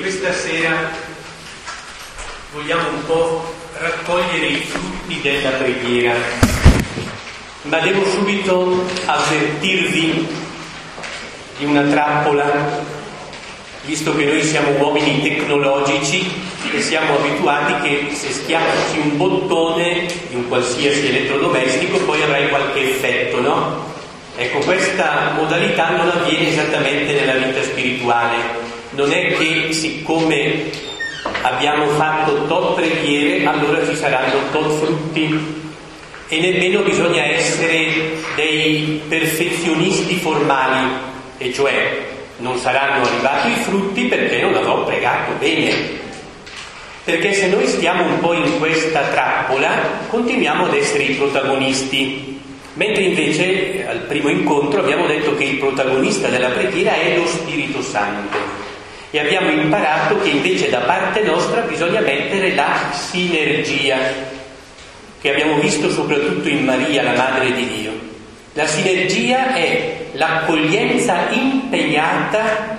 questa sera vogliamo un po' raccogliere i frutti della preghiera, ma devo subito avvertirvi di una trappola, visto che noi siamo uomini tecnologici e siamo abituati che se schiacci un bottone di un qualsiasi elettrodomestico poi avrai qualche effetto, no? Ecco, questa modalità non avviene esattamente nella vita spirituale. Non è che siccome abbiamo fatto tot preghiere allora ci saranno tot frutti, e nemmeno bisogna essere dei perfezionisti formali, e cioè non saranno arrivati i frutti perché non avrò pregato bene. Perché se noi stiamo un po' in questa trappola continuiamo ad essere i protagonisti, mentre invece al primo incontro abbiamo detto che il protagonista della preghiera è lo Spirito Santo. E abbiamo imparato che invece da parte nostra bisogna mettere la sinergia, che abbiamo visto soprattutto in Maria, la Madre di Dio. La sinergia è l'accoglienza impegnata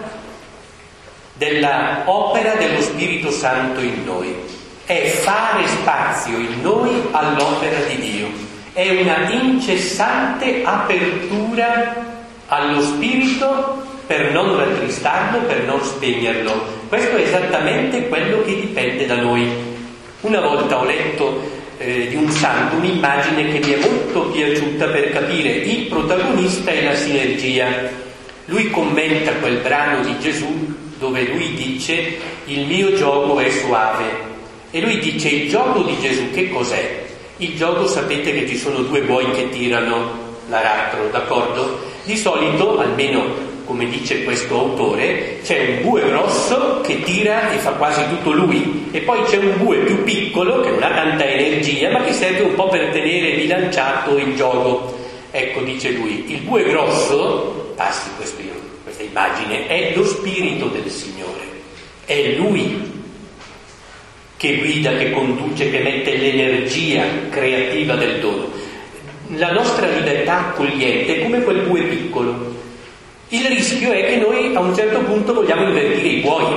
della opera dello Spirito Santo in noi. È fare spazio in noi all'opera di Dio. È una incessante apertura allo Spirito per non rattristarlo, per non spegnerlo. Questo è esattamente quello che dipende da noi. Una volta ho letto di un santo un'immagine che mi è molto piaciuta per capire il protagonista e la sinergia. Lui commenta quel brano di Gesù dove lui dice: il mio giogo è suave. E lui dice: il gioco di Gesù che cos'è? Il gioco, sapete che ci sono due buoi che tirano l'aratro, d'accordo? Di solito, almeno come dice questo autore, c'è un bue grosso che tira e fa quasi tutto lui, e poi c'è un bue più piccolo che non ha tanta energia ma che serve un po' per tenere bilanciato il gioco. Ecco, dice lui, il bue grosso, passi questa immagine, è lo Spirito del Signore, è Lui che guida, che conduce, che mette l'energia creativa del dono. La nostra libertà accogliente è come quel bue piccolo. Il rischio è che noi a un certo punto vogliamo invertire i buoi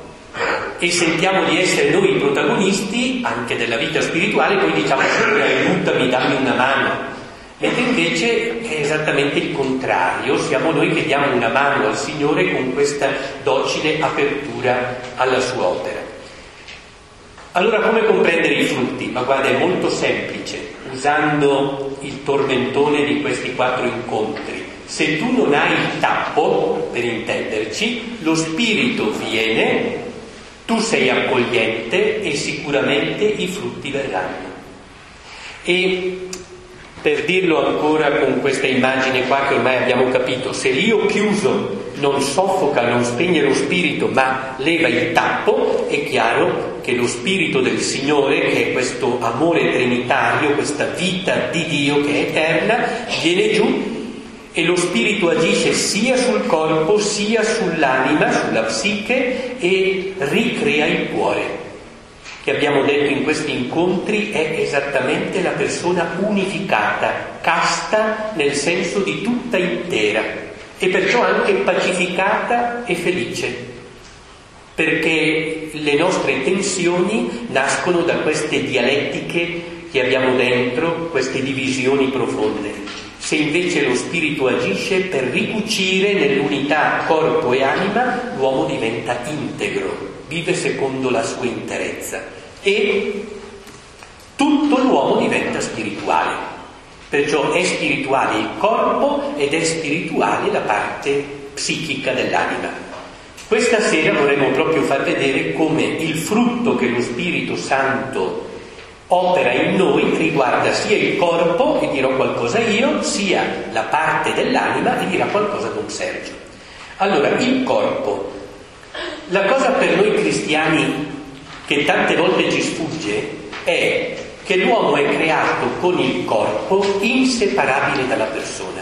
e sentiamo di essere noi i protagonisti anche della vita spirituale, poi diciamo sempre aiutami, dammi una mano, mentre invece è esattamente il contrario, siamo noi che diamo una mano al Signore con questa docile apertura alla sua opera. Allora, come comprendere i frutti? Ma guarda, è molto semplice, usando il tormentone di questi 4 incontri. Se tu non hai il tappo, per intenderci, lo Spirito viene, tu sei accogliente e sicuramente i frutti verranno. E per dirlo ancora con questa immagine qua che ormai abbiamo capito, se l'io chiuso non soffoca, non spegne lo Spirito ma leva il tappo, è chiaro che lo Spirito del Signore, che è questo amore trinitario, questa vita di Dio che è eterna, viene giù e lo Spirito agisce sia sul corpo sia sull'anima, sulla psiche, e ricrea il cuore, che abbiamo detto in questi incontri è esattamente la persona unificata, casta nel senso di tutta intera, e perciò anche pacificata e felice, perché le nostre tensioni nascono da queste dialettiche che abbiamo dentro, queste divisioni profonde. Se invece lo Spirito agisce per ricucire nell'unità corpo e anima, l'uomo diventa integro, vive secondo la sua interezza e tutto l'uomo diventa spirituale. Perciò è spirituale il corpo ed è spirituale la parte psichica dell'anima. Questa sera vorremmo proprio far vedere come il frutto che lo Spirito Santo opera in noi riguarda sia il corpo, e dirò qualcosa io, sia la parte dell'anima, e dirà qualcosa Don Sergio. Allora, il corpo. La cosa per noi cristiani che tante volte ci sfugge è che l'uomo è creato con il corpo inseparabile dalla persona.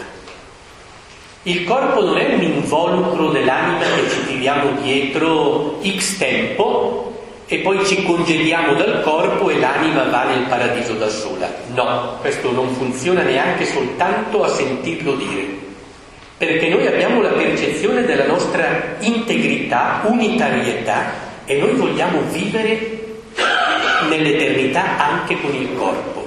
Il corpo non è un involucro dell'anima che ci tiriamo dietro x tempo e poi ci congediamo dal corpo e l'anima va nel paradiso da sola. No, questo non funziona neanche soltanto a sentirlo dire, perché noi abbiamo la percezione della nostra integrità, unitarietà, e noi vogliamo vivere nell'eternità anche con il corpo.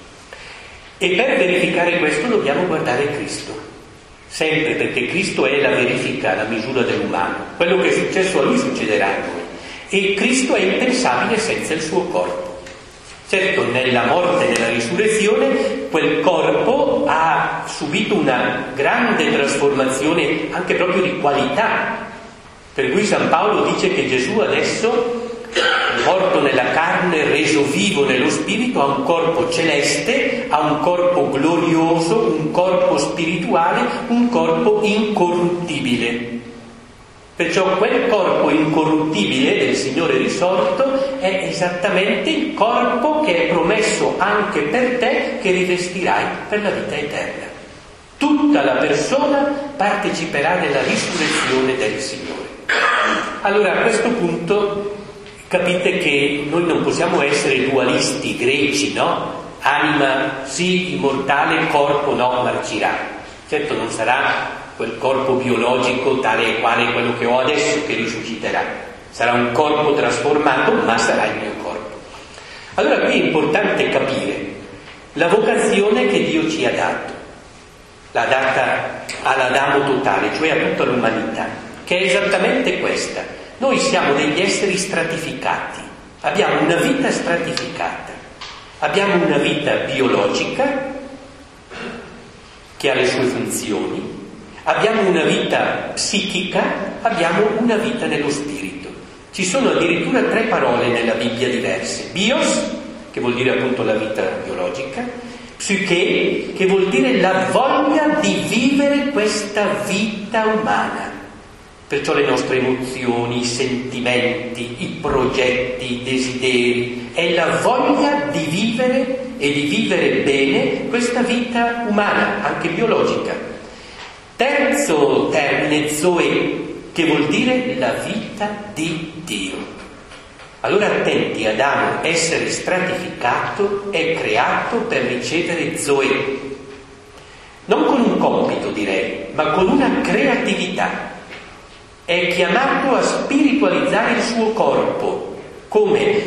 E per verificare questo dobbiamo guardare Cristo, sempre, perché Cristo è la verifica, la misura dell'umano. Quello che è successo a lui succederà a noi, e Cristo è impensabile senza il suo corpo. Certo, nella morte e nella risurrezione quel corpo ha subito una grande trasformazione anche proprio di qualità, per cui San Paolo dice che Gesù adesso, morto nella carne, reso vivo nello spirito, ha un corpo celeste, ha un corpo glorioso, un corpo spirituale, un corpo incorruttibile. Perciò quel corpo incorruttibile del Signore risorto è esattamente il corpo che è promesso anche per te, che rivestirai per la vita eterna. Tutta la persona parteciperà nella risurrezione del Signore. Allora, a questo punto capite che noi non possiamo essere dualisti greci, no? Anima sì, immortale, corpo no, marcirà. Certo, non sarà quel corpo biologico tale e quale quello che ho adesso che risusciterà. Sarà un corpo trasformato, ma sarà il mio corpo. Allora qui è importante capire la vocazione che Dio ci ha dato. L'ha data all'Adamo totale, cioè a tutta l'umanità, che è esattamente questa. Noi siamo degli esseri stratificati, abbiamo una vita stratificata, abbiamo una vita biologica che ha le sue funzioni, abbiamo una vita psichica, abbiamo una vita nello spirito. Ci sono addirittura 3 parole nella Bibbia diverse: bios, che vuol dire appunto la vita biologica, psiche, che vuol dire la voglia di vivere questa vita umana. Perciò le nostre emozioni, i sentimenti, i progetti, i desideri, è la voglia di vivere e di vivere bene questa vita umana, anche biologica. Terzo termine, zoe, che vuol dire la vita di Dio. Allora attenti, Adamo, essere stratificato, è creato per ricevere zoe, non con un compito direi, ma con una creatività. È chiamato a spiritualizzare il suo corpo, come?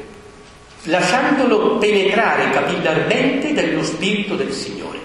Lasciandolo penetrare capillarmente dello Spirito del Signore.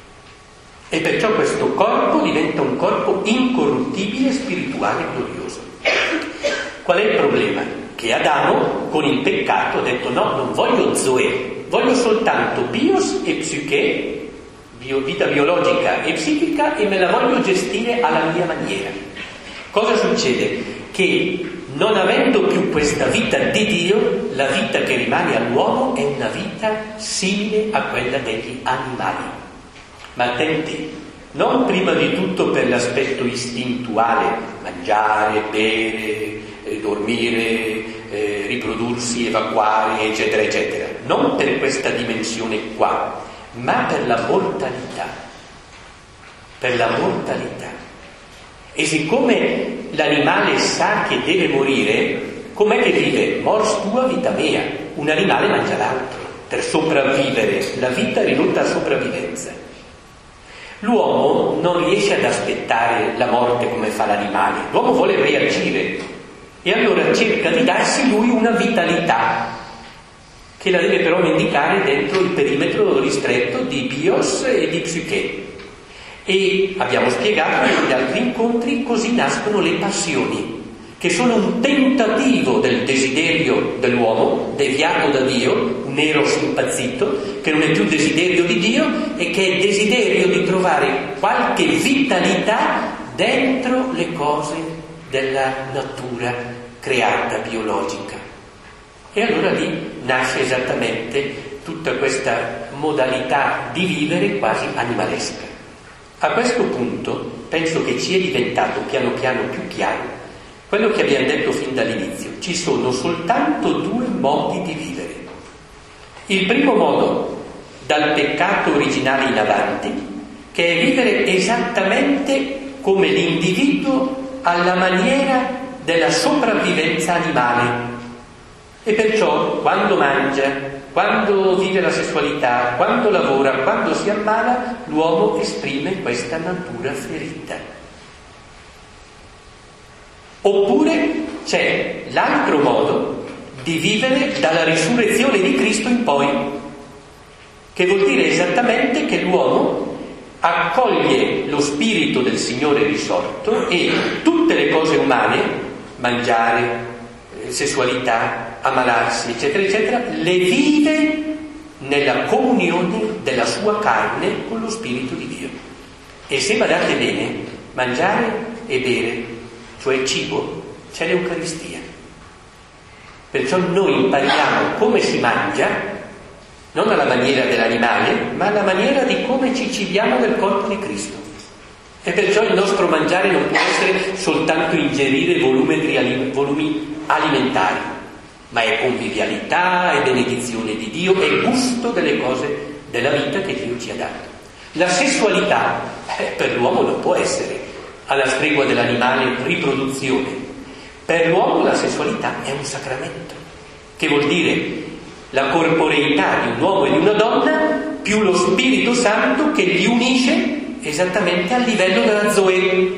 E perciò questo corpo diventa un corpo incorruttibile, spirituale e glorioso. Qual è il problema? Che Adamo, con il peccato, ha detto no, non voglio zoe, voglio soltanto bios e psiche, vita biologica e psichica, e me la voglio gestire alla mia maniera. Cosa succede? Che non avendo più questa vita di Dio, la vita che rimane all'uomo è una vita simile a quella degli animali. Ma attenti, non prima di tutto per l'aspetto istintuale, mangiare, bere, dormire, riprodursi, evacuare, eccetera, eccetera. Non per questa dimensione qua, ma per la mortalità. Per la mortalità. E siccome l'animale sa che deve morire, com'è che vive? Mors tua vita mea. Un animale mangia l'altro per sopravvivere, la vita ridotta a sopravvivenza. L'uomo non riesce ad aspettare la morte come fa l'animale, l'uomo vuole reagire e allora cerca di darsi lui una vitalità che la deve però indicare dentro il perimetro ristretto di bios e di psiche. E abbiamo spiegato negli altri incontri, così nascono le passioni, che sono un tentativo del desiderio dell'uomo, deviato da Dio, un eros impazzito, che non è più desiderio di Dio e che è desiderio di trovare qualche vitalità dentro le cose della natura creata, biologica. E allora lì nasce esattamente tutta questa modalità di vivere quasi animalesca. A questo punto penso che ci è diventato piano piano più chiaro quello che abbiamo detto fin dall'inizio. Ci sono soltanto 2 modi di vivere. Il primo modo, dal peccato originale in avanti, che è vivere esattamente come l'individuo alla maniera della sopravvivenza animale. E perciò quando mangia, quando vive la sessualità, quando lavora, quando si ammala, l'uomo esprime questa natura ferita. Oppure c'è l'altro modo di vivere dalla risurrezione di Cristo in poi, che vuol dire esattamente che l'uomo accoglie lo spirito del Signore risorto e tutte le cose umane, mangiare, sessualità, ammalarsi, eccetera, eccetera, le vive nella comunione della sua carne con lo Spirito di Dio. E se badate bene, mangiare e bere, cioè cibo, c'è l'Eucaristia. Perciò noi impariamo come si mangia, non alla maniera dell'animale, ma alla maniera di come ci cibiamo del corpo di Cristo. E perciò il nostro mangiare non può essere soltanto ingerire volumi alimentari, ma è convivialità, è benedizione di Dio, è gusto delle cose della vita che Dio ci ha dato. La sessualità per l'uomo non può essere alla stregua dell'animale riproduzione. Per l'uomo la sessualità è un sacramento, che vuol dire la corporeità di un uomo e di una donna più lo Spirito Santo che li unisce esattamente al livello della Zoe.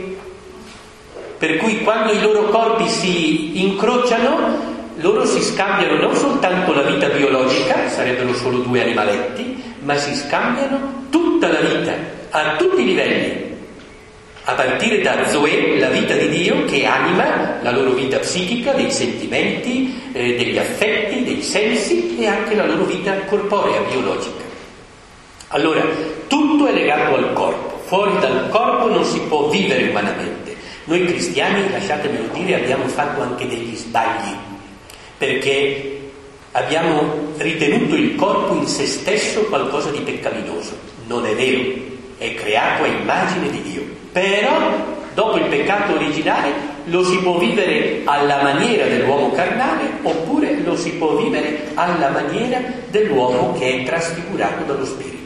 Per cui quando i loro corpi si incrociano, loro si scambiano non soltanto la vita biologica, sarebbero solo due animaletti, ma si scambiano tutta la vita, a tutti i livelli, a partire da Zoe, la vita di Dio, che anima la loro vita psichica, dei sentimenti, degli affetti, dei sensi e anche la loro vita corporea, biologica. Allora, tutto è legato al corpo, fuori dal corpo non si può vivere umanamente. Noi cristiani, lasciatemelo dire, abbiamo fatto anche degli sbagli, perché abbiamo ritenuto il corpo in se stesso qualcosa di peccaminoso. Non è vero, è creato a immagine di Dio. Però, dopo il peccato originale, lo si può vivere alla maniera dell'uomo carnale, oppure lo si può vivere alla maniera dell'uomo che è trasfigurato dallo Spirito.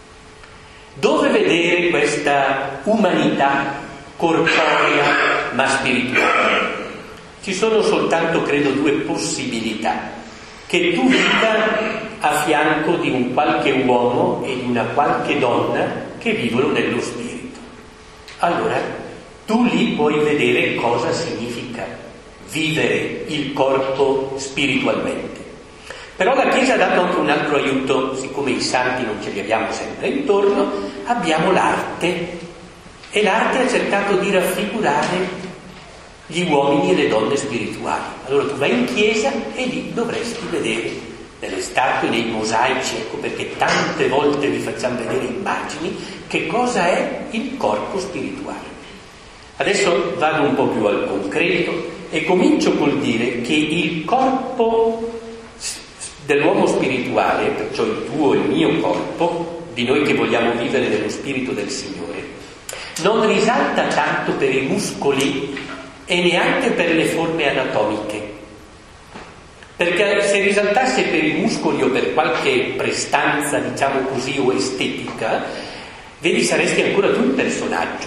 Dove vedere questa umanità corporea ma spirituale? Ci sono soltanto, credo, due possibilità: che tu viva a fianco di un qualche uomo e di una qualche donna che vivono nello Spirito. Allora, tu lì puoi vedere cosa significa vivere il corpo spiritualmente. Però la Chiesa ha dato anche un altro aiuto, siccome i santi non ce li abbiamo sempre intorno, abbiamo l'arte, e l'arte ha cercato di raffigurare gli uomini e le donne spirituali. Allora tu vai in chiesa e lì dovresti vedere nelle statue, nei mosaici, ecco perché tante volte vi facciamo vedere immagini, che cosa è il corpo spirituale. Adesso vado un po' più al concreto e comincio col dire che il corpo dell'uomo spirituale, perciò il tuo e il mio corpo, di noi che vogliamo vivere nello Spirito del Signore, non risalta tanto per i muscoli e neanche per le forme anatomiche. Perché se risaltasse per i muscoli o per qualche prestanza, diciamo così, o estetica, vedi, saresti ancora tu il personaggio.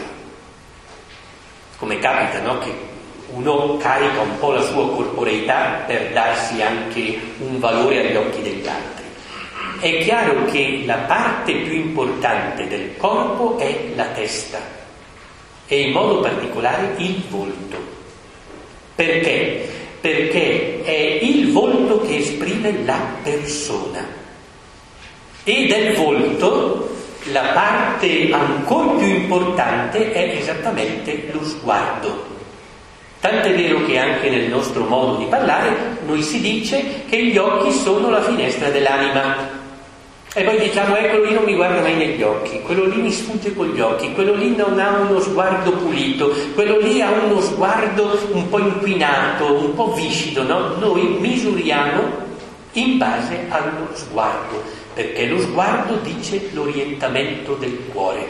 Come capita, no? Che uno carica un po' la sua corporeità per darsi anche un valore agli occhi degli altri. È chiaro che la parte più importante del corpo è la testa e in modo particolare il volto. Perché? Perché è il volto che esprime la persona. E del volto la parte ancora più importante è esattamente lo sguardo. Tant'è vero che anche nel nostro modo di parlare noi si dice che gli occhi sono la finestra dell'anima. E poi diciamo, quello lì non mi guarda mai negli occhi, quello lì mi sfugge con gli occhi, quello lì non ha uno sguardo pulito, quello lì ha uno sguardo un po' inquinato, un po' viscido, no? Noi misuriamo in base allo sguardo, perché lo sguardo dice l'orientamento del cuore.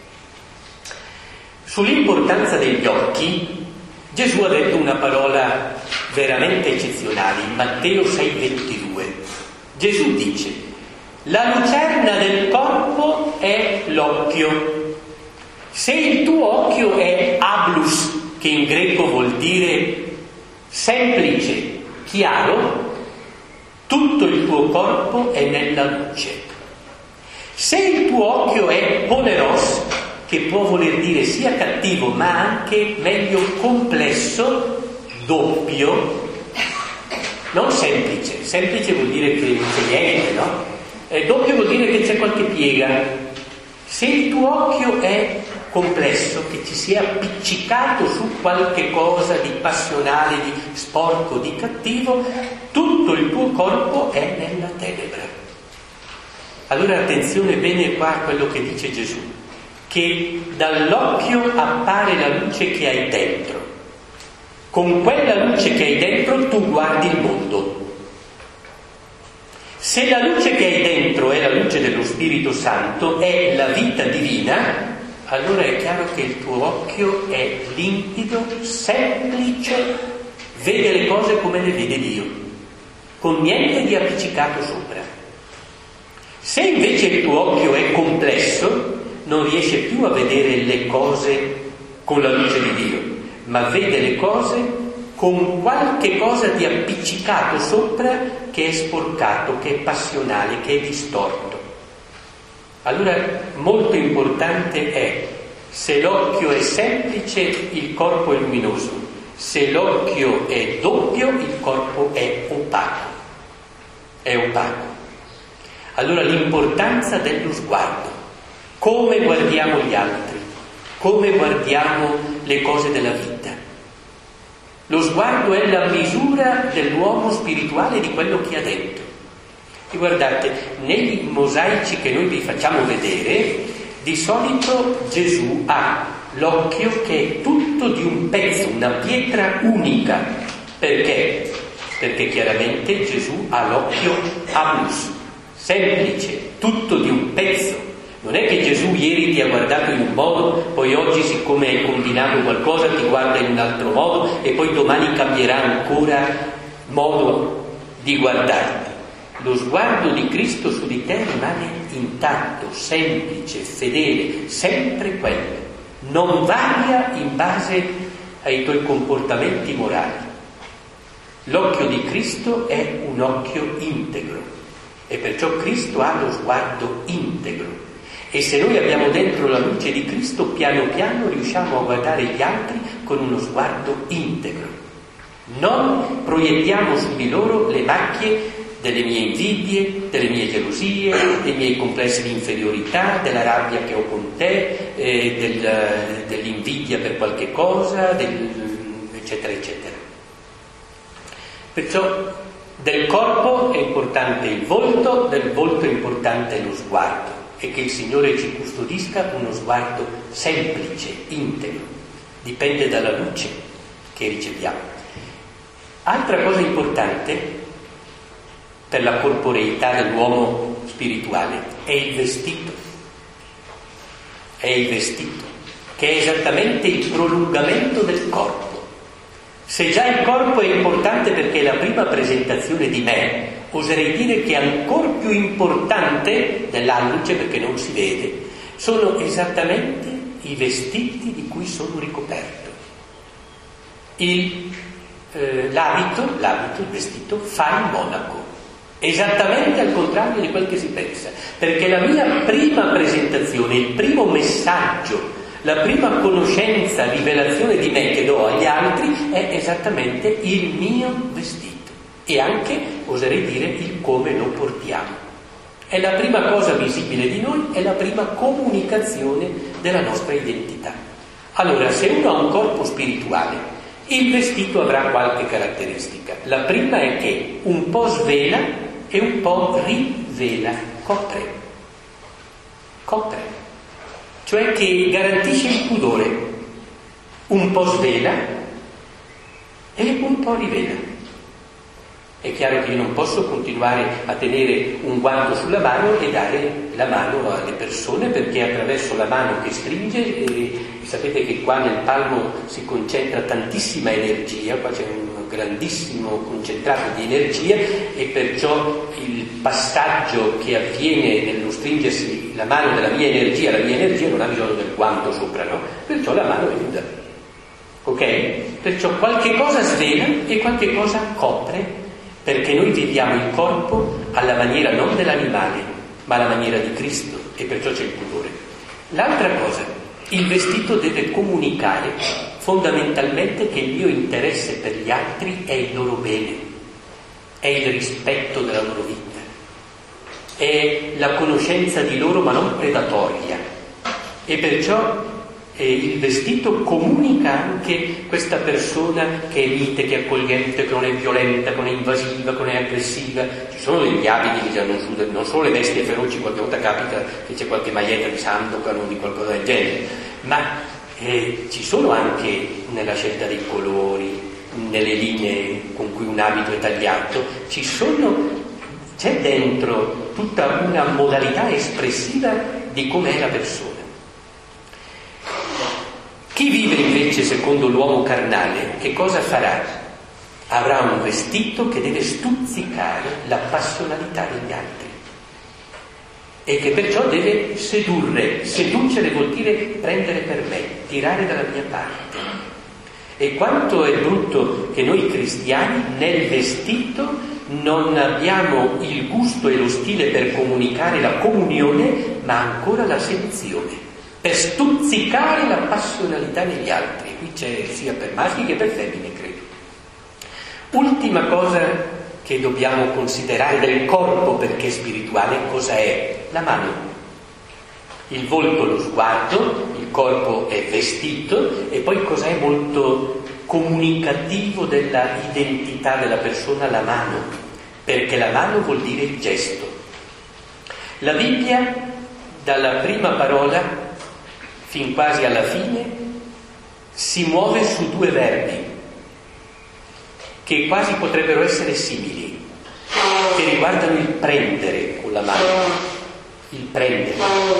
Sull'importanza degli occhi Gesù ha detto una parola veramente eccezionale in Matteo 6,22. Gesù dice: la lucerna del corpo è l'occhio. Se il tuo occhio è ablus, che in greco vuol dire semplice, chiaro, tutto il tuo corpo è nella luce. Se il tuo occhio è poneros, che può voler dire sia cattivo ma anche meglio complesso, doppio, non semplice, semplice vuol dire che non c'è niente, no? Doppio vuol dire che c'è qualche piega. Se il tuo occhio è complesso, che ci sia appiccicato su qualche cosa di passionale, di sporco, di cattivo, tutto il tuo corpo è nella tenebra. Allora attenzione bene qua a quello che dice Gesù, che dall'occhio appare la luce che hai dentro. Con quella luce che hai dentro tu guardi il mondo. Se la luce che hai dentro è la luce dello Spirito Santo, è la vita divina, allora è chiaro che il tuo occhio è limpido, semplice, vede le cose come le vede Dio, con niente di appiccicato sopra. Se invece il tuo occhio è complesso, non riesce più a vedere le cose con la luce di Dio, ma vede le cose con qualche cosa di appiccicato sopra, che è sporcato, che è passionale, che è distorto. Allora molto importante è, se l'occhio è semplice il corpo è luminoso, se l'occhio è doppio il corpo è opaco. È opaco. Allora l'importanza dello sguardo, come guardiamo gli altri, come guardiamo le cose della vita. Lo sguardo è la misura dell'uomo spirituale, di quello che ha dentro. E guardate, nei mosaici che noi vi facciamo vedere, di solito Gesù ha l'occhio che è tutto di un pezzo, una pietra unica. Perché? Perché chiaramente Gesù ha l'occhio amus, semplice, tutto di un pezzo. Non è che Gesù ieri ti ha guardato in un modo, poi oggi siccome hai combinato qualcosa ti guarda in un altro modo e poi domani cambierà ancora modo di guardarti. Lo sguardo di Cristo su di te rimane intatto, semplice, fedele, sempre quello. Non varia in base ai tuoi comportamenti morali. L'occhio di Cristo è un occhio integro e perciò Cristo ha lo sguardo integro. E se noi abbiamo dentro la luce di Cristo, piano piano riusciamo a guardare gli altri con uno sguardo integro. Non proiettiamo su di loro le macchie delle mie invidie, delle mie gelosie, dei miei complessi di inferiorità, della rabbia che ho con te, dell'invidia per qualche cosa, eccetera, eccetera. Perciò del corpo è importante il volto, del volto è importante lo sguardo. E che il Signore ci custodisca uno sguardo semplice, integro, dipende dalla luce che riceviamo. Altra cosa importante per la corporeità dell'uomo spirituale è il vestito. È il vestito, che è esattamente il prolungamento del corpo. Se già il corpo è importante perché è la prima presentazione di me, oserei dire che è ancora più importante della luce, perché non si vede, sono esattamente i vestiti di cui sono ricoperto. L'abito, il vestito, fa il monaco, esattamente al contrario di quel che si pensa, perché la mia prima presentazione, il primo messaggio, la prima conoscenza, rivelazione di me che do agli altri è esattamente il mio vestito. E anche, oserei dire, il come lo portiamo. È la prima cosa visibile di noi, è la prima comunicazione della nostra identità. Allora, se uno ha un corpo spirituale, il vestito avrà qualche caratteristica. La prima è che un po' svela e un po' rivela, copre. Cioè che garantisce il pudore. Un po' svela e un po' rivela. È chiaro che io non posso continuare a tenere un guanto sulla mano e dare la mano alle persone, perché attraverso la mano che stringe, e sapete che qua nel palmo si concentra tantissima energia, qua c'è un grandissimo concentrato di energia e perciò il passaggio che avviene nello stringersi la mano della mia energia non ha bisogno del guanto sopra, no? Perciò la mano è nuda. Ok? Perciò qualche cosa svela e qualche cosa copre, perché noi viviamo il corpo alla maniera non dell'animale, ma alla maniera di Cristo, e perciò c'è il pudore. L'altra cosa, il vestito deve comunicare fondamentalmente che il mio interesse per gli altri è il loro bene, è il rispetto della loro vita, è la conoscenza di loro ma non predatoria, e perciò il vestito comunica anche questa persona che è mite, che è accogliente, che non è violenta, che non è invasiva, che non è aggressiva. Ci sono degli abiti che non solo le bestie feroci, qualche volta capita che c'è qualche maglietta di Sandokan o di qualcosa del genere, ma ci sono anche nella scelta dei colori, nelle linee con cui un abito è tagliato, c'è dentro tutta una modalità espressiva di com'è la persona. Chi vive invece secondo l'uomo carnale, che cosa farà? Avrà un vestito che deve stuzzicare la passionalità degli altri e che perciò deve sedurre. Seducere vuol dire prendere per me, tirare dalla mia parte. E quanto è brutto che noi cristiani nel vestito non abbiamo il gusto e lo stile per comunicare la comunione, ma ancora la seduzione, per stuzzicare la passionalità degli altri. Qui c'è sia per maschi che per femmine, credo. Ultima cosa che dobbiamo considerare del corpo, perché spirituale, cosa è? La mano. Il volto, lo sguardo, il corpo è vestito, e poi cosa è molto comunicativo della identità della persona? La mano, perché la mano vuol dire il gesto. La Bibbia, dalla prima parola fin quasi alla fine, si muove su due verbi che quasi potrebbero essere simili, che riguardano il prendere con la mano, il prendere.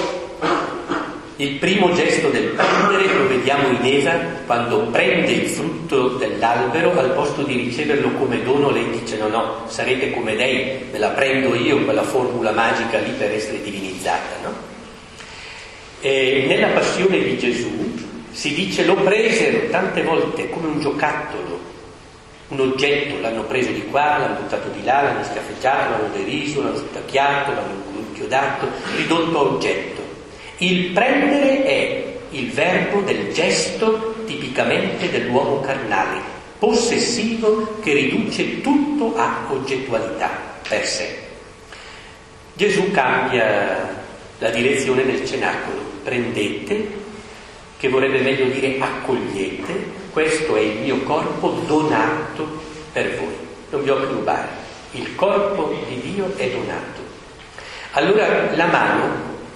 Il primo gesto del prendere lo vediamo in Eva, quando prende il frutto dell'albero, al posto di riceverlo come dono lei dice no, sarete come lei, me la prendo io, quella formula magica lì per essere divinizzata, no? Nella passione di Gesù si dice lo presero tante volte come un giocattolo, un oggetto, l'hanno preso di qua, l'hanno buttato di là, l'hanno schiaffeggiato, l'hanno deriso, l'hanno sputacchiato, l'hanno inchiodato, ridotto a oggetto. Il prendere è il verbo del gesto tipicamente dell'uomo carnale, possessivo, che riduce tutto a oggettualità per sé. Gesù cambia la direzione del cenacolo. Prendete, che vorrebbe meglio dire accogliete, questo è il mio corpo donato per voi. Non vi ho più rubare, il corpo di Dio è donato. Allora la mano,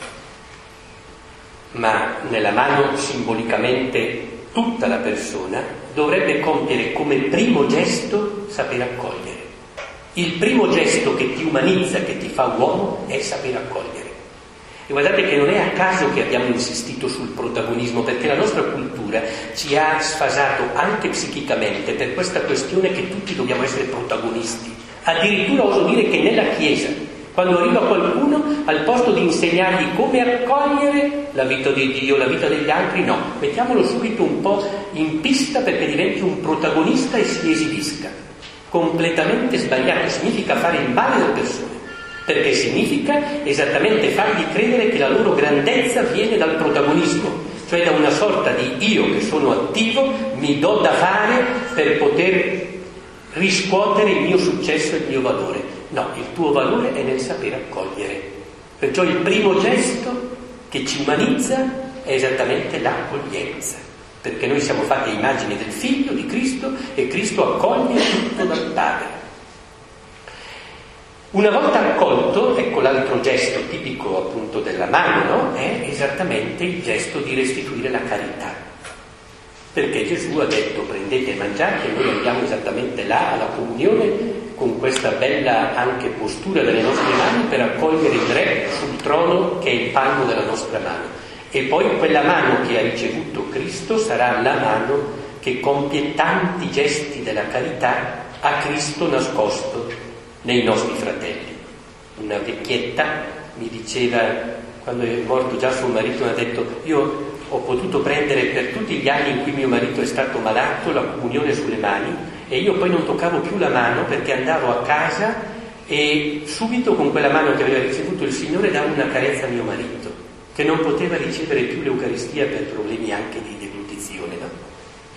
ma nella mano simbolicamente tutta la persona, dovrebbe compiere come primo gesto saper accogliere. Il primo gesto che ti umanizza, che ti fa uomo, è saper accogliere. E guardate che non è a caso che abbiamo insistito sul protagonismo, perché la nostra cultura ci ha sfasato anche psichicamente per questa questione che tutti dobbiamo essere protagonisti. Addirittura oso dire che nella Chiesa, quando arriva qualcuno, al posto di insegnargli come accogliere la vita di Dio, la vita degli altri, no, mettiamolo subito un po' in pista perché diventi un protagonista e si esibisca. Completamente sbagliato, significa fare il male alle persone. Perché significa esattamente fargli credere che la loro grandezza viene dal protagonismo, cioè da una sorta di io che sono attivo, mi do da fare per poter riscuotere il mio successo e il mio valore. No, il tuo valore è nel saper accogliere. Perciò il primo gesto che ci umanizza è esattamente l'accoglienza, perché noi siamo fatti a immagine del Figlio di Cristo e Cristo accoglie tutto dal Padre. Una volta accolto, ecco l'altro gesto tipico appunto della mano, no? È esattamente il gesto di restituire la carità. Perché Gesù ha detto prendete e mangiate, e noi andiamo esattamente là alla comunione con questa bella anche postura delle nostre mani per accogliere il Re sul trono che è il palmo della nostra mano. E poi quella mano che ha ricevuto Cristo sarà la mano che compie tanti gesti della carità a Cristo nascosto nei nostri fratelli. Una vecchietta mi diceva, quando è morto già suo marito, mi ha detto io ho potuto prendere per tutti gli anni in cui mio marito è stato malato la comunione sulle mani e io poi non toccavo più la mano perché andavo a casa e subito con quella mano che aveva ricevuto il Signore davo una carezza a mio marito che non poteva ricevere più l'Eucaristia per problemi anche di deglutizione, no?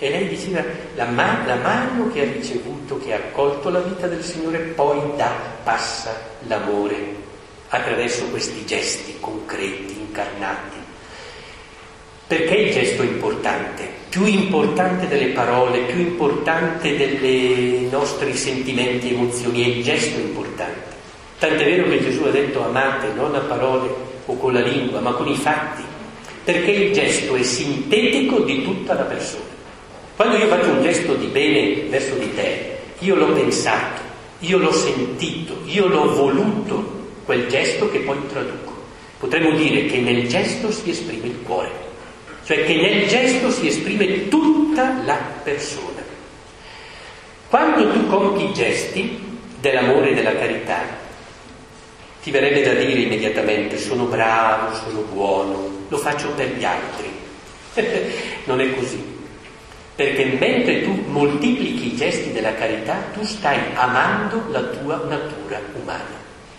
E lei diceva, la mano che ha ricevuto, che ha accolto la vita del Signore, poi passa l'amore attraverso questi gesti concreti, incarnati. Perché il gesto è importante? Più importante delle parole, più importante dei nostri sentimenti e emozioni, è il gesto importante. Tant'è vero che Gesù ha detto amate non a parole o con la lingua, ma con i fatti, perché il gesto è sintetico di tutta la persona. Quando io faccio un gesto di bene verso di te, io l'ho pensato, io l'ho sentito, io l'ho voluto, quel gesto che poi traduco. Potremmo dire che nel gesto si esprime il cuore, cioè che nel gesto si esprime tutta la persona. Quando tu compi i gesti dell'amore e della carità, ti verrebbe da dire immediatamente sono bravo, sono buono, lo faccio per gli altri. Non è così. Perché mentre tu moltiplichi i gesti della carità, tu stai amando la tua natura umana.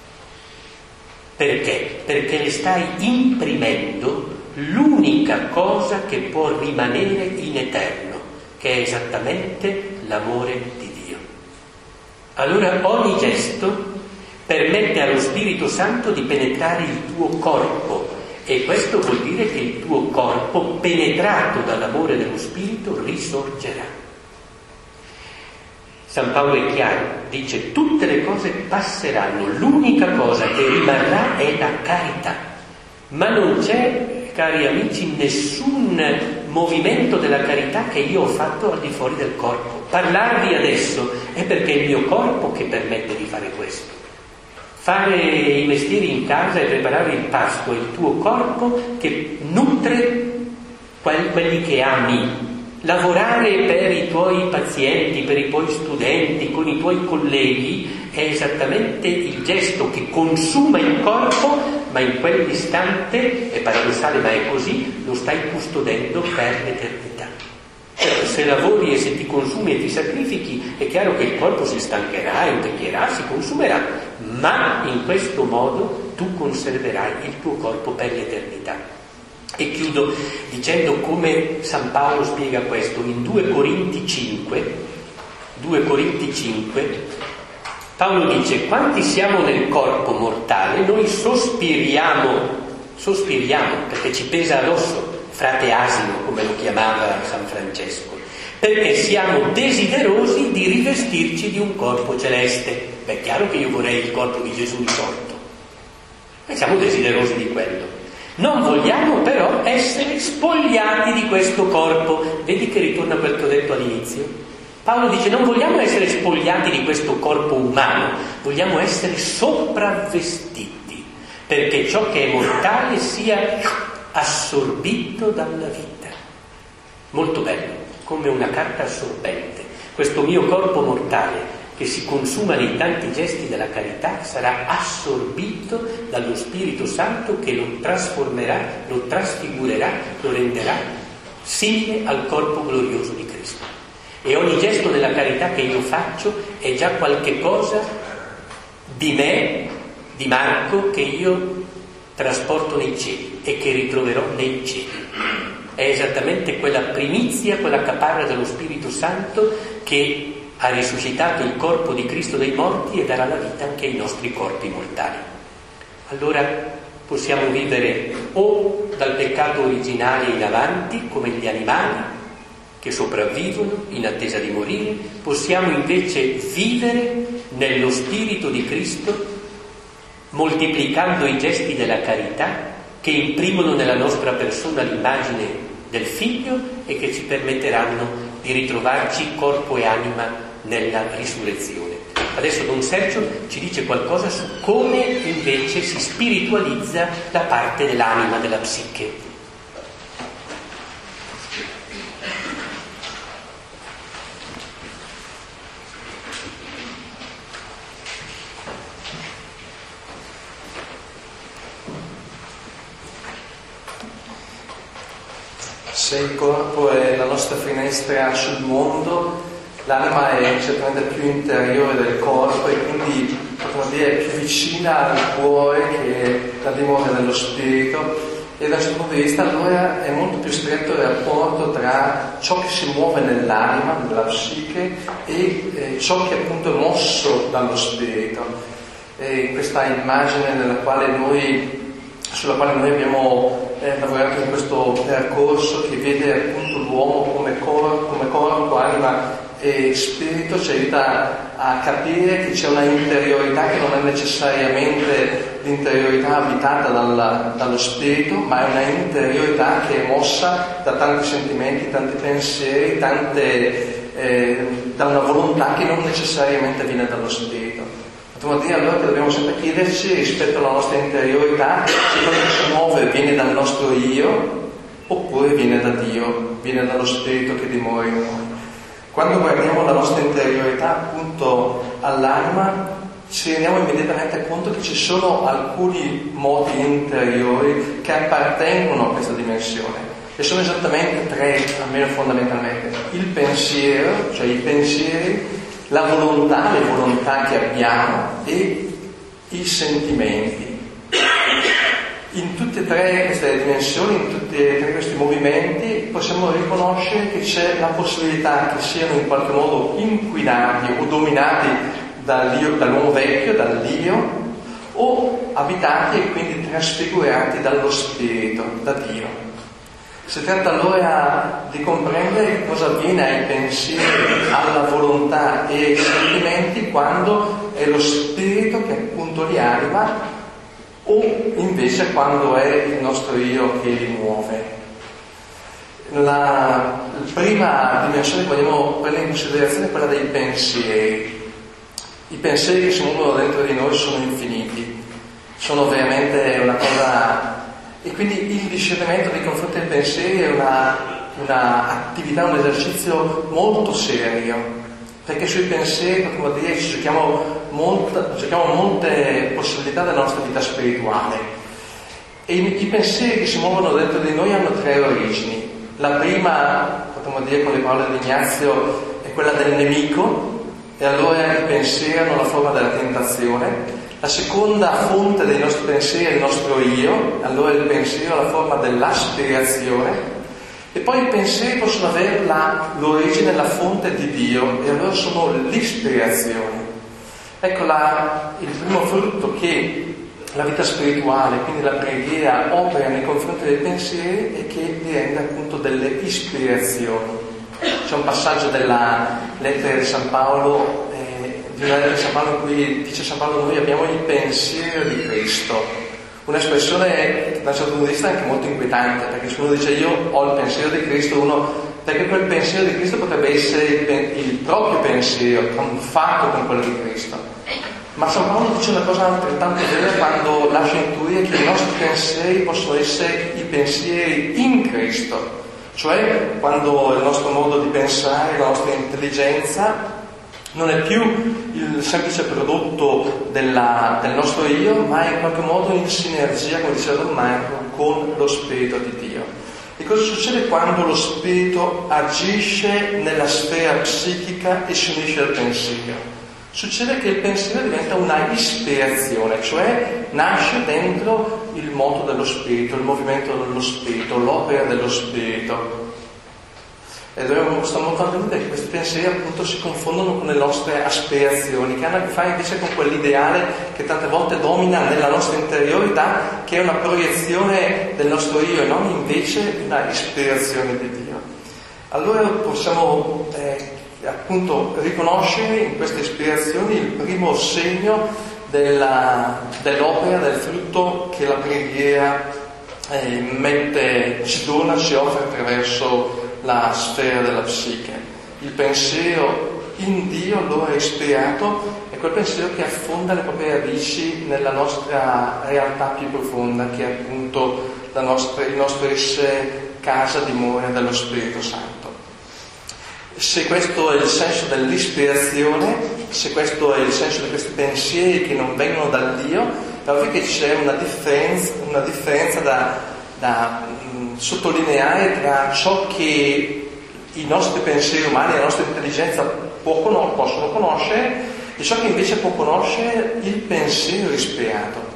Perché? Perché le stai imprimendo l'unica cosa che può rimanere in eterno, che è esattamente l'amore di Dio. Allora ogni gesto permette allo Spirito Santo di penetrare il tuo corpo, e questo vuol dire che il tuo corpo, penetrato dall'amore dello Spirito, risorgerà. San Paolo è chiaro, dice tutte le cose passeranno, l'unica cosa che rimarrà è la carità. Ma non c'è, cari amici, nessun movimento della carità che io ho fatto al di fuori del corpo. Parlarvi adesso è perché è il mio corpo che permette di fare questo. Fare i mestieri in casa e preparare il pasto è il tuo corpo che nutre quelli che ami. Lavorare per i tuoi pazienti, per i tuoi studenti, con i tuoi colleghi è esattamente il gesto che consuma il corpo, ma in quell'istante, è paradossale ma è così, lo stai custodendo per l'eternità. Se lavori e se ti consumi e ti sacrifichi, è chiaro che il corpo si stancherà, invecchierà, si consumerà, ma in questo modo tu conserverai il tuo corpo per l'eternità. E chiudo dicendo come San Paolo spiega questo in 2 Corinti 5, Paolo dice: quanti siamo nel corpo mortale, noi sospiriamo perché ci pesa addosso, frate asino come lo chiamava San Francesco, perché siamo desiderosi di rivestirci di un corpo celeste. Beh, è chiaro che io vorrei il corpo di Gesù risorto, e siamo desiderosi di quello. Non vogliamo però essere spogliati di questo corpo. Vedi che ritorna quel che ho detto all'inizio? Paolo dice: non vogliamo essere spogliati di questo corpo umano, vogliamo essere sopravvestiti, perché ciò che è mortale sia assorbito dalla vita. Molto bello, come una carta assorbente. Questo mio corpo mortale, che si consuma nei tanti gesti della carità, sarà assorbito dallo Spirito Santo che lo trasformerà, lo trasfigurerà, lo renderà simile al corpo glorioso di Cristo. E ogni gesto della carità che io faccio è già qualche cosa di me, di Marco, che io trasporto nei cieli e che ritroverò nei cieli. È esattamente quella primizia, quella caparra dello Spirito Santo che ha risuscitato il corpo di Cristo dai morti e darà la vita anche ai nostri corpi mortali. Allora possiamo vivere o dal peccato originale in avanti, come gli animali che sopravvivono in attesa di morire, possiamo invece vivere nello Spirito di Cristo, moltiplicando i gesti della carità che imprimono nella nostra persona l'immagine del Figlio e che ci permetteranno di ritrovarci corpo e anima nella risurrezione. Adesso Don Sergio ci dice qualcosa su come invece si spiritualizza la parte dell'anima, della psiche. Se il corpo è la nostra finestra sul mondo, l'anima è certamente più interiore del corpo e quindi potremmo dire più vicina al cuore, che è la dimora dello spirito, e da un certo punto di vista allora è molto più stretto il rapporto tra ciò che si muove nell'anima, nella psiche, e ciò che appunto è mosso dallo spirito. E questa immagine sulla quale noi abbiamo lavorato in questo percorso, che vede appunto l'uomo come corpo, anima e spirito, ci aiuta a capire che c'è una interiorità che non è necessariamente l'interiorità abitata dallo spirito, ma è una interiorità che è mossa da tanti sentimenti, tanti pensieri, da una volontà che non necessariamente viene dallo spirito. Potremmo dire allora che dobbiamo sempre chiederci rispetto alla nostra interiorità se quello che si muove viene dal nostro io oppure viene da Dio, viene dallo spirito che dimora in noi. Quando guardiamo la nostra interiorità appunto all'anima, ci rendiamo immediatamente conto che ci sono alcuni modi interiori che appartengono a questa dimensione, e sono esattamente tre, almeno fondamentalmente: il pensiero, cioè i pensieri, la volontà, le volontà che abbiamo, e i sentimenti. In tutte e tre queste dimensioni, in tutti e tre questi movimenti, possiamo riconoscere che c'è la possibilità che siano in qualche modo inquinati o dominati dall'uomo vecchio, dall'io, o abitati e quindi trasfigurati dallo spirito, da Dio. Si tratta allora di comprendere cosa avviene ai pensieri, alla volontà e ai sentimenti quando è lo spirito che appunto li anima, o invece quando è il nostro io che li muove. La prima dimensione che vogliamo prendere in considerazione è quella dei pensieri. I pensieri che si muovono dentro di noi sono infiniti, sono veramente una cosa, e quindi il discernimento nei confronti dei pensieri è una attività, un esercizio molto serio, perché sui pensieri, potremmo dire, ci giochiamo molte possibilità della nostra vita spirituale. E i pensieri che si muovono dentro di noi hanno tre origini. La prima, potremmo dire con le parole di Ignazio, è quella del nemico, e allora i pensieri hanno la forma della tentazione. La seconda fonte dei nostri pensieri è il nostro io, allora il pensiero ha la forma dell'aspirazione. E poi i pensieri possono avere l'origine, la fonte di Dio, e allora sono l'ispirazione. Ecco il primo frutto che la vita spirituale, quindi la preghiera, opera nei confronti dei pensieri, è che li rende appunto delle ispirazioni. C'è un passaggio della lettera di San Paolo, in cui dice San Paolo: noi abbiamo il pensiero di Cristo. Un'espressione da un certo punto di vista anche molto inquietante, perché se uno dice io ho il pensiero di Cristo, perché quel pensiero di Cristo potrebbe essere il proprio pensiero, fatto con quello di Cristo. Ma San Paolo dice una cosa altrettanto vera quando lascia intuire che i nostri pensieri possono essere i pensieri in Cristo, cioè quando il nostro modo di pensare, la nostra intelligenza non è più il semplice prodotto del nostro io, ma è in qualche modo in sinergia, come diceva Don Marco, con lo Spirito di Dio. E cosa succede quando lo Spirito agisce nella sfera psichica e si unisce al pensiero? Succede che il pensiero diventa una ispirazione, cioè nasce dentro il moto dello Spirito, il movimento dello Spirito, l'opera dello Spirito. E dobbiamo stare molto attenti che questi pensieri appunto si confondono con le nostre aspirazioni, che hanno a che fare invece con quell'ideale che tante volte domina nella nostra interiorità, che è una proiezione del nostro io e non invece una ispirazione di Dio. Allora possiamo appunto riconoscere in queste ispirazioni il primo segno dell'opera, del frutto che la preghiera ci dona, ci offre attraverso la sfera della psiche. Il pensiero in Dio, allora ispirato, è quel pensiero che affonda le proprie radici nella nostra realtà più profonda, che è appunto il nostro essere casa, dimora dello Spirito Santo. Se questo è il senso dell'ispirazione, se questo è il senso di questi pensieri che non vengono dal Dio, è ovvio che c'è una differenza da sottolineare tra ciò che i nostri pensieri umani, la nostra intelligenza possono conoscere, e ciò che invece può conoscere il pensiero ispirato.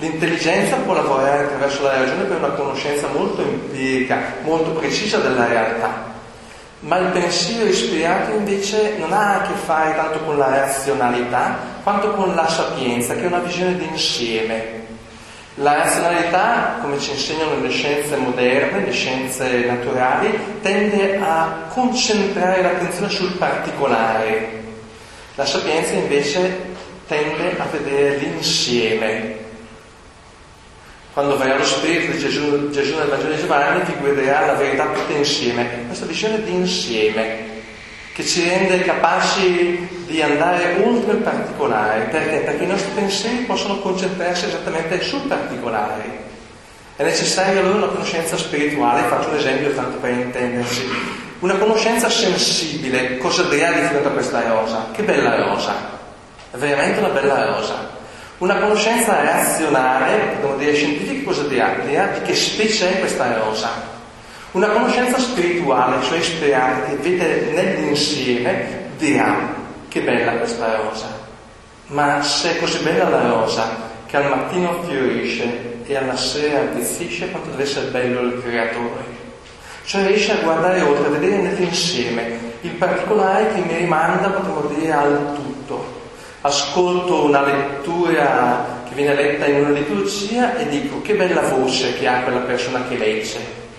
L'intelligenza può lavorare attraverso la ragione per una conoscenza molto empirica, molto precisa della realtà, ma il pensiero ispirato invece non ha a che fare tanto con la razionalità quanto con la sapienza, che è una visione d'insieme. La razionalità, come ci insegnano le scienze moderne, le scienze naturali, tende a concentrare l'attenzione sul particolare. La sapienza invece tende a vedere l'insieme. Quando verrà lo Spirito di Gesù nel Vangelo di Giovanni vi guiderà la verità tutta insieme. Questa visione di insieme che ci rende capaci di andare oltre il particolare. Perché? Perché i nostri pensieri possono concentrarsi esattamente sul particolare. È necessaria allora una conoscenza spirituale. Faccio un esempio tanto per intendersi. Una conoscenza sensibile. Cosa dirà di fronte a questa rosa? Che bella rosa! È veramente una bella rosa. Una conoscenza razionale, potremmo dire scientifica, cosa dirà? Dirà di che specie è questa rosa. Una conoscenza spirituale, cioè ispirata, che vede nell'insieme, dirà che bella questa rosa. Ma se è così bella la rosa, che al mattino fiorisce e alla sera avvizzisce, quanto deve essere bello il creatore. Cioè riesce a guardare oltre, a vedere nell'insieme il particolare che mi rimanda, potremmo dire, al tutto. Ascolto una lettura che viene letta in una liturgia e dico che bella voce che ha quella persona che legge.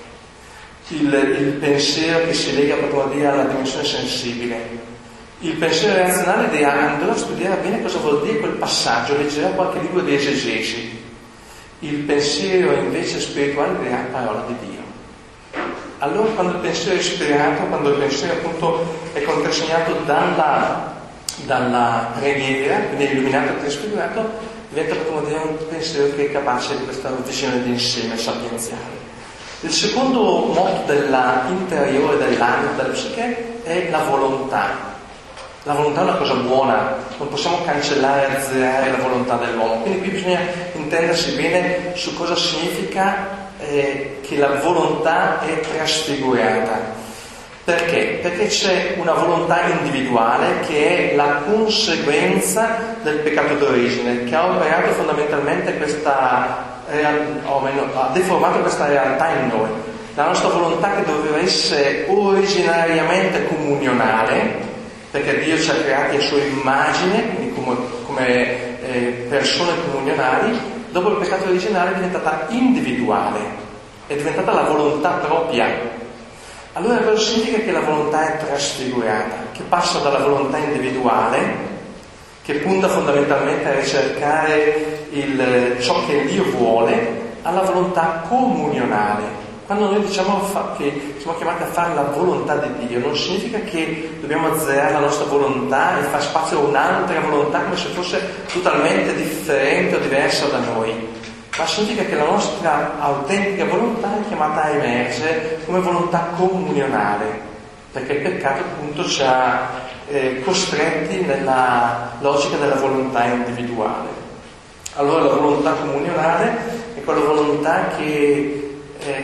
Il pensiero che si lega, potremmo dire, alla dimensione sensibile. Il pensiero razionale dirà: andrò a studiare bene cosa vuol dire quel passaggio, leggerò qualche libro di esegesi. Il pensiero invece spirituale dirà: parola di Dio. Allora quando il pensiero è ispirato, quando il pensiero appunto è contrassegnato dalla preghiera, quindi illuminato e trasfigurato, diventa, potremmo dire, un pensiero che è capace di questa visione d'insieme sapienziale. Il secondo motto dell'interiore dell'anima, della psiche, è la volontà. La volontà è una cosa buona, non possiamo cancellare e azzerare la volontà dell'uomo. Quindi qui bisogna intendersi bene su cosa significa che la volontà è trasfigurata. Perché? Perché c'è una volontà individuale che è la conseguenza del peccato d'origine, che ha operato fondamentalmente ha deformato questa realtà in noi. La nostra volontà, che doveva essere originariamente comunionale, perché Dio ci ha creati a sua immagine, quindi come persone comunionali, dopo il peccato originale è diventata individuale, è diventata la volontà propria. Allora cosa significa che la volontà è trasfigurata? Che passa dalla volontà individuale, che punta fondamentalmente a ricercare ciò che Dio vuole, alla volontà comunionale. Quando noi diciamo che siamo chiamati a fare la volontà di Dio, non significa che dobbiamo azzerare la nostra volontà e far spazio a un'altra volontà come se fosse totalmente differente o diversa da noi. Ma significa che la nostra autentica volontà è chiamata a emergere come volontà comunionale, perché il peccato appunto ci ha costretti nella logica della volontà individuale. Allora la volontà comunionale è quella volontà che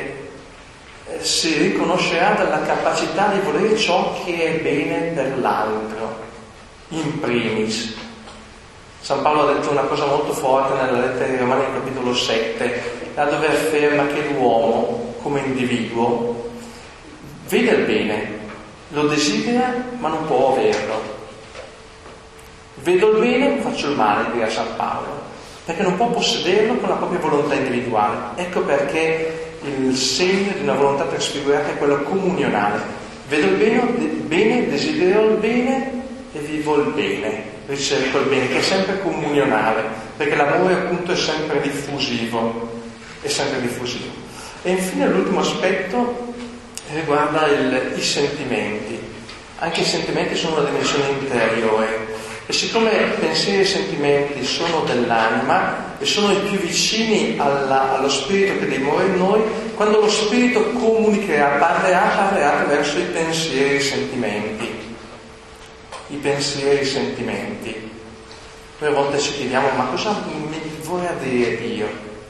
si riconoscerà dalla capacità di volere ciò che è bene per l'altro, in primis. San Paolo ha detto una cosa molto forte nella lettera ai Romani, capitolo 7, là dove afferma che l'uomo, come individuo, vede il bene, lo desidera, ma non può averlo. Vedo il bene, faccio il male, dirà San Paolo, perché non può possederlo con la propria volontà individuale. Ecco perché il segno di una volontà trasfigurata è quello comunionale. Vedo il bene, desidero il bene e vivo il bene. Ricerco il bene, che è sempre comunionale, perché l'amore appunto è sempre diffusivo, E infine l'ultimo aspetto riguarda i sentimenti. Anche i sentimenti sono una dimensione interiore, e siccome pensieri e sentimenti sono dell'anima e sono i più vicini allo spirito che dimora in noi, quando lo spirito comunicherà, parlerà attraverso i pensieri e i sentimenti. I pensieri e i sentimenti. Poi a volte ci chiediamo: ma cosa mi vorrà dire Dio?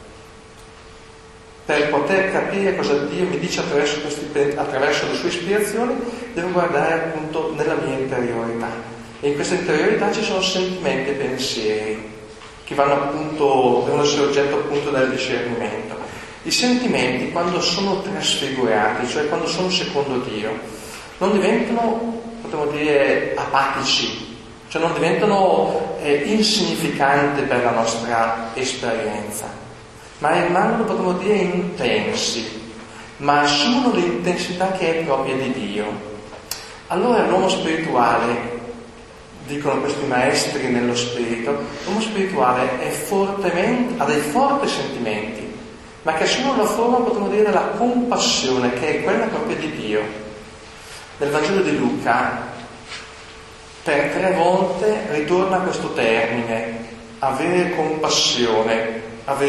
Per poter capire cosa Dio mi dice attraverso le sue ispirazioni, devo guardare appunto nella mia interiorità. E in questa interiorità ci sono sentimenti e pensieri che devono essere oggetto appunto del discernimento. I sentimenti, quando sono trasfigurati, cioè quando sono secondo Dio, non diventano, potremmo dire, apatici, cioè non diventano insignificanti per la nostra esperienza, ma rimangono, potremmo dire, intensi, ma assumono l'intensità che è propria di Dio. Allora l'uomo spirituale, dicono questi maestri nello spirito, l'uomo spirituale ha dei forti sentimenti, ma che assumono la forma, potremmo dire, della compassione, che è quella propria di Dio. Nel Vangelo di Luca, per 3 volte ritorna questo termine, avere compassione.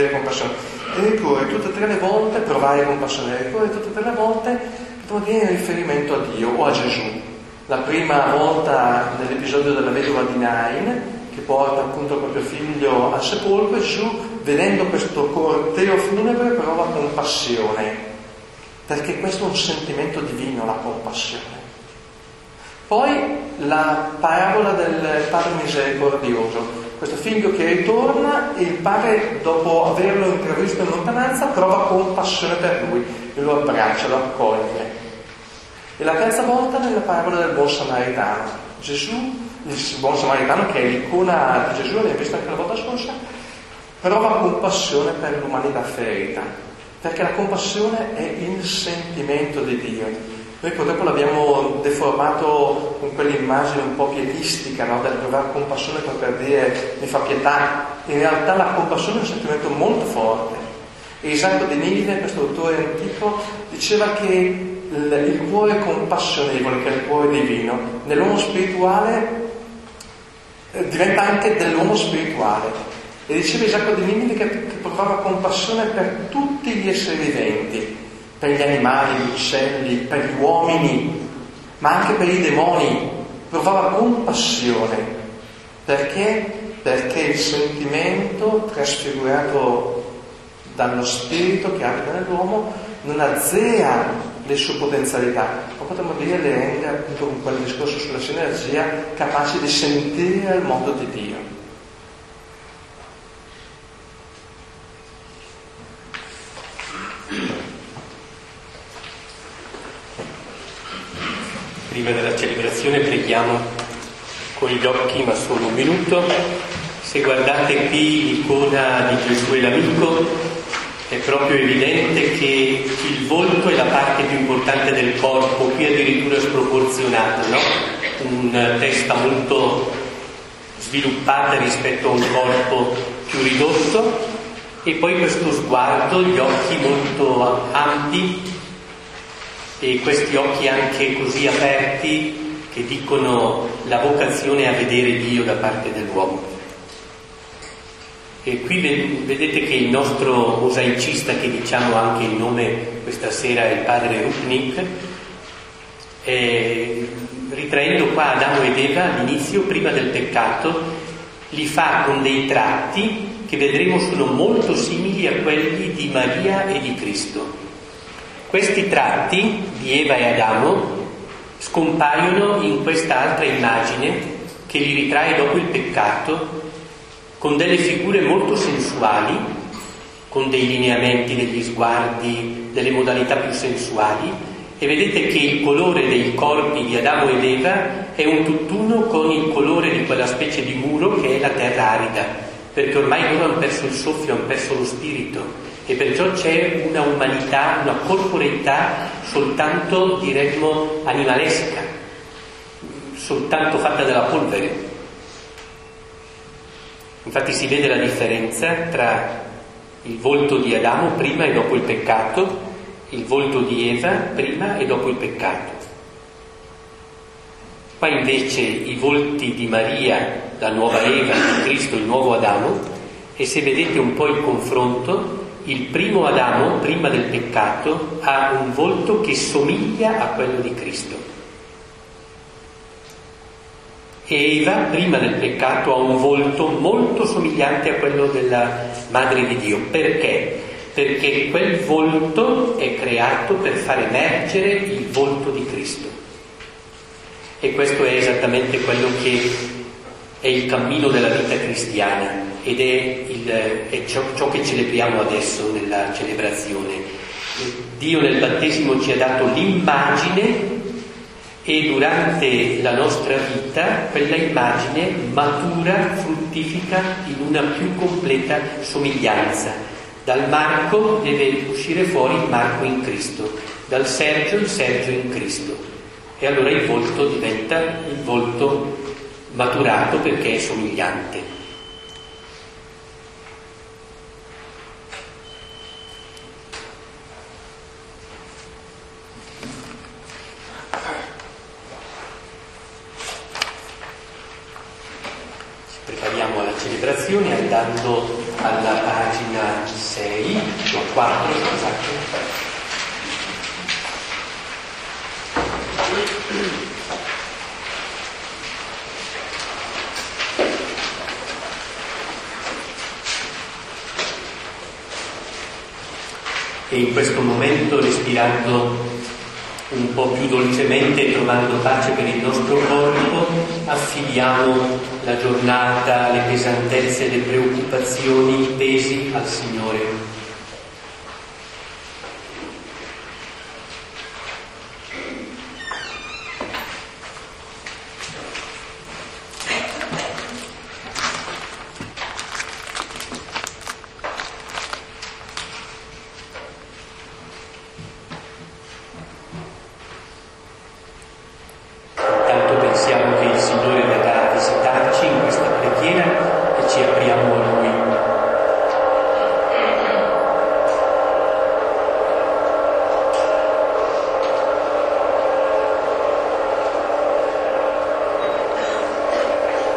E ricorre tutte e 3 le volte, provare compassione, ricorre tutte e 3 le volte, potremmo dire, in riferimento a Dio o a Gesù. La prima volta nell'episodio della vedova di Nain, che porta appunto il proprio figlio al sepolcro, e Gesù, vedendo questo corteo funebre, prova compassione, perché questo è un sentimento divino, la compassione. Poi la parabola del padre misericordioso, questo figlio che ritorna e il padre, dopo averlo intravisto in lontananza, prova compassione per lui e lo abbraccia, lo accoglie. E la terza volta nella parabola del buon samaritano, Gesù, il buon samaritano, che è l'icona di Gesù, l'abbiamo visto anche la volta scorsa, prova compassione per l'umanità ferita, perché la compassione è il sentimento di Dio. Noi purtroppo l'abbiamo deformato con quell'immagine un po' pietistica, no? Del provare compassione per dire mi fa pietà. In realtà la compassione è un sentimento molto forte. E Isacco di Ninive, questo autore antico, diceva che il cuore compassionevole, che è il cuore divino, nell'uomo spirituale diventa anche dell'uomo spirituale. E diceva Isacco di Ninive che provava compassione per tutti gli esseri viventi, per gli animali, gli uccelli, per gli uomini, ma anche per i demoni. Provava compassione. Perché? Perché il sentimento trasfigurato dallo spirito che abita nell'uomo non azzera le sue potenzialità, ma potremmo dire le rende, appunto, con quel discorso sulla sinergia, capaci di sentire il mondo di Dio. Prima della celebrazione preghiamo con gli occhi, ma solo un minuto. Se guardate qui l'icona di Gesù e l'amico, è proprio evidente che il volto è la parte più importante del corpo, qui addirittura sproporzionata, no? Una testa molto sviluppata rispetto a un corpo più ridotto, e poi questo sguardo, gli occhi molto ampi, e questi occhi anche così aperti che dicono la vocazione a vedere Dio da parte dell'uomo. E qui vedete che il nostro mosaicista, che diciamo anche il nome questa sera è il padre Rupnik, ritraendo qua Adamo ed Eva all'inizio, prima del peccato, li fa con dei tratti che vedremo sono molto simili a quelli di Maria e di Cristo. Questi tratti di Eva e Adamo scompaiono in quest'altra immagine che li ritrae dopo il peccato, con delle figure molto sensuali, con dei lineamenti, degli sguardi, delle modalità più sensuali, e vedete che il colore dei corpi di Adamo ed Eva è un tutt'uno con il colore di quella specie di muro che è la terra arida, perché ormai loro hanno perso il soffio, hanno perso lo spirito, e perciò c'è una umanità, una corporeità soltanto, diremmo, animalesca, soltanto fatta dalla polvere. Infatti si vede la differenza tra il volto di Adamo prima e dopo il peccato, il volto di Eva prima e dopo il peccato. Qua invece i volti di Maria, la nuova Eva, di Cristo, il nuovo Adamo, e se vedete un po' il confronto, il primo Adamo, prima del peccato, ha un volto che somiglia a quello di Cristo. E Eva, prima del peccato, ha un volto molto somigliante a quello della Madre di Dio. Perché? Perché quel volto è creato per far emergere il volto di Cristo. E questo è esattamente quello che è il cammino della vita cristiana. ed è ciò che celebriamo adesso nella celebrazione. Dio nel battesimo ci ha dato l'immagine e durante la nostra vita quella immagine matura, fruttifica in una più completa somiglianza. Dal Marco deve uscire fuori il Marco in Cristo, dal Sergio il Sergio in Cristo, e allora il volto diventa il volto maturato perché è somigliante. Prepariamo alla celebrazione andando alla pagina 6, no 4, scusate. E in questo momento, respirando un po' più dolcemente e trovando pace per il nostro corpo, affidiamo la giornata, le pesantezze, le preoccupazioni, i pesi al Signore.